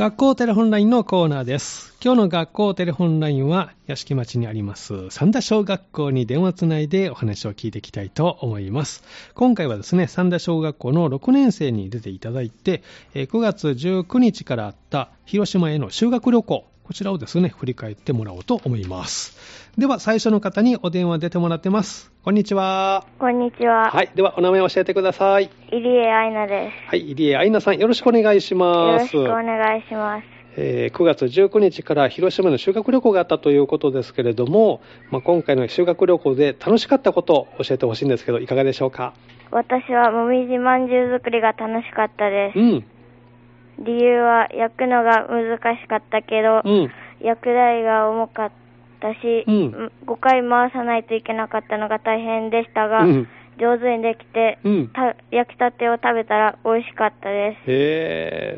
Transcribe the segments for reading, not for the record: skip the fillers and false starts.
学校テレホンラインのコーナーです。今日の学校テレホンラインは屋敷町にあります三田小学校に電話つないでお話を聞いていきたいと思います。今回はですね、三田小学校の6年生に出ていただいて、9月19日からあった広島への修学旅行、こちらをですね、振り返ってもらおうと思います。では最初の方にお電話出てもらってます。こんにちは。 こんにちは。 はい、ではお名前を教えてください。 入江愛菜です。 はい、入江愛菜さん、よろしくお願いします。 よろしくお願いします。 9月19日から広島の修学旅行があったということですけれども、今回の修学旅行で楽しかったことを教えてほしいんですけど、いかがでしょうか。 私はもみじまんじゅう作りが楽しかったです。理由は焼くのが難しかったけど、焼く台が重かったし、5回回さないといけなかったのが大変でしたが、上手にできて、焼きたてを食べたら美味しかったです。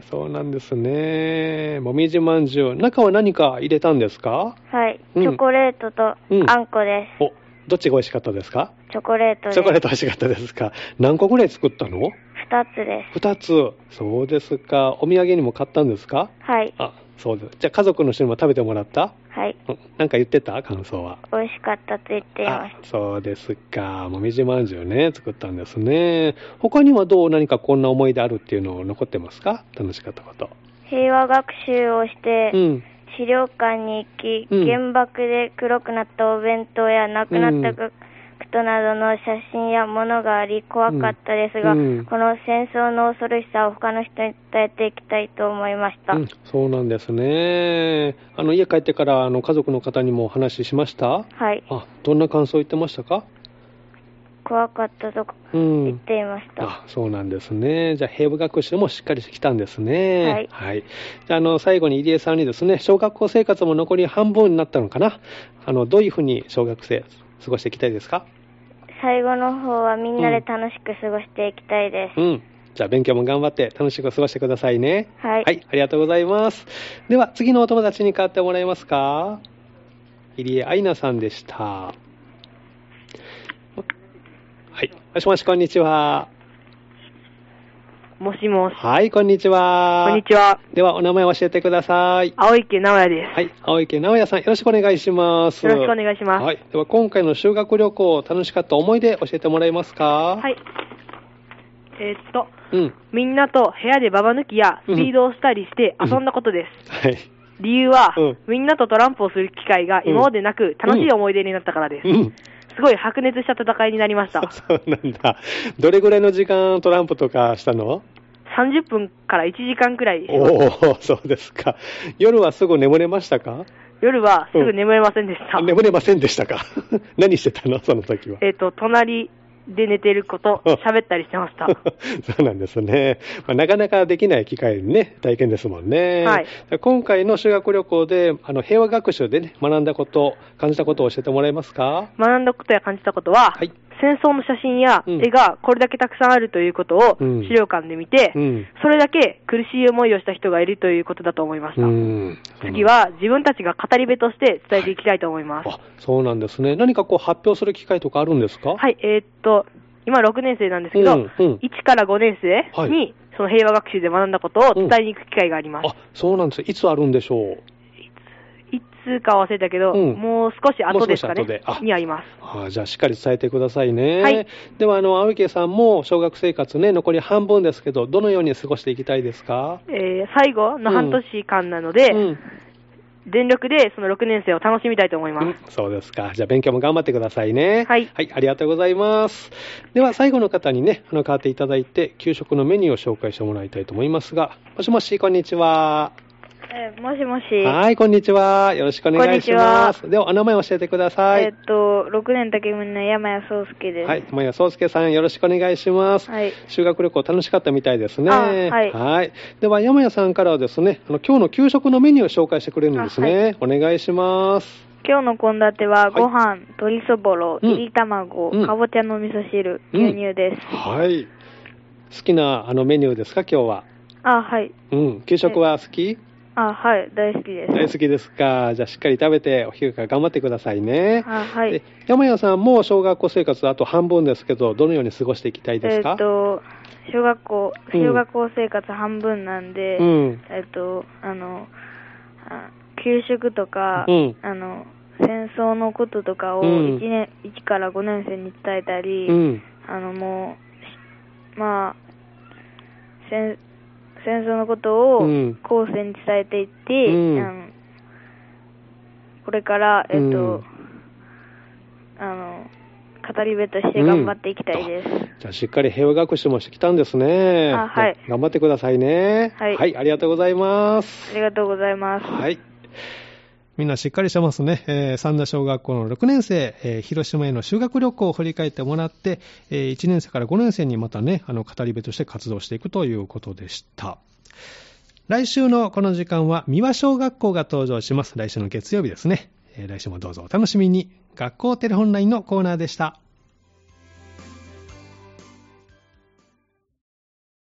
そうなんですね。もみじまんじゅう、中は何か入れたんですか？ はい、チョコレートとあんこです。 どっちが美味しかったですか？ チョコレートです。 チョコレート美味しかったですか？何個ぐらい作ったの？ 2つです。 2つ。そうですか。お土産にも買ったんですか？ はい。 そうです。じゃあ家族の人にも食べてもらった？ はい。 なんか言ってた？感想は。 美味しかったと言っていました。 そうですか。もみじまんじゅうね、作ったんですね。他には何かこんな思い出あるっていうの残ってますか？楽しかったこと。 平和学習をして、資料館に行き、原爆で黒くなったお弁当や亡くなった人などの写真やものがあり怖かったですが、この戦争の恐ろしさを他の人に伝えていきたいと思いました。 そうなんですね。家帰ってから家族の方にもお話ししました？ はい。 どんな感想を言ってましたか？ 怖かったと言っていました。 そうなんですね。じゃあ平和学習もしっかりしてきたんですね。はい。じゃあ最後に入江さんにですね、小学校生活も残り半分になったのかな。どういうふうに小学生過ごしていきたいですか？ 最後の方はみんなで楽しく過ごしていきたいです。 じゃあ勉強も頑張って楽しく過ごしてくださいね。 はい。 はい、ありがとうございます。では次のお友達に代わってもらえますか？入江愛菜さんでした。はい、もしもし、こんにちは。 もしもし。 はい、こんにちは。 こんにちは。 ではお名前を教えてください。 青池直也です。 はい、青池直也さん、よろしくお願いします。 よろしくお願いします。 はい、では今回の修学旅行、楽しかった思い出教えてもらえますか？ はい。みんなと部屋でババ抜きやスピードをしたりして遊んだことです。 はい。 理由は、みんなとトランプをする機会が今までなく、楽しい思い出になったからです。すごい白熱した戦いになりました。 そうなんだ。どれぐらいの時間トランプとかしたの ？30分から1時間くらい。 そうですか。夜はすぐ眠れましたか？ 夜はすぐ眠れませんでした。 眠れませんでしたか？何してたのその時は。 隣で寝てる子と喋ったりしてました。 そうなんですね。なかなかできない機会ね、体験ですもんね。はい。今回の修学旅行で、平和学習でね、学んだこと、感じたことを教えてもらえますか？ 学んだことや感じたことは、戦争の写真や絵がこれだけたくさんあるということを資料館で見て、それだけ苦しい思いをした人がいるということだと思いました。次は自分たちが語り部として伝えていきたいと思います。 そうなんですね。何か発表する機会とかあるんですか？ はい、今6年生なんですけど、1から5年生にその平和学習で学んだことを伝えに行く機会があります。 そうなんです。いつあるんでしょう？ いつか忘れたけど、もう少し後ですかね。にあります。 じゃあしっかり伝えてくださいね。はい。では青池さんも小学生活ね、残り半分ですけど、どのように過ごしていきたいですか？ 最後の半年間なので、全力でその6年生を楽しみたいと思います。 そうですか。じゃあ勉強も頑張ってくださいね。 はい。 はい、ありがとうございます。では最後の方にね、代わっていただいて、給食のメニューを紹介してもらいたいと思いますが、もしもし、こんにちは。 もしもし。 はい、こんにちは。よろしくお願いします。ではお名前を教えてください。 6年竹組の山谷宗介です。 はい、山谷宗介さん、よろしくお願いします。はい。修学旅行楽しかったみたいですね。 はい。 はい。では山谷さんからはですね、今日の給食のメニューを紹介してくれるんですね。お願いします。 今日の献立はご飯、鶏そぼろ、いり卵、かぼちゃの味噌汁、牛乳です。 はい。好きなメニューですか、今日は？ はい。 給食は好き？ はい、大好きです。 大好きですか。じゃあしっかり食べて、お昼から頑張ってくださいね。 はい。 山谷さんも小学校生活あと半分ですけど、どのように過ごしていきたいですか？ 小学校生活半分なんで、給食とか、戦争のこととかを1から5年生に伝えたり、戦争のことを後世に伝えていって、これから、語り部として頑張っていきたいです。 じゃあしっかり平和学習もしてきたんですね。 はい。 頑張ってくださいね。はい、ありがとうございます。 ありがとうございます。 はい。みんなしっかりしてますね。三田小学校の6年生、広島への修学旅行を振り返ってもらって、1年生から5年生にまたね、語り部として活動していくということでした。来週のこの時間は三輪小学校が登場します。来週の月曜日ですね。来週もどうぞお楽しみに。学校テレホンラインのコーナーでした。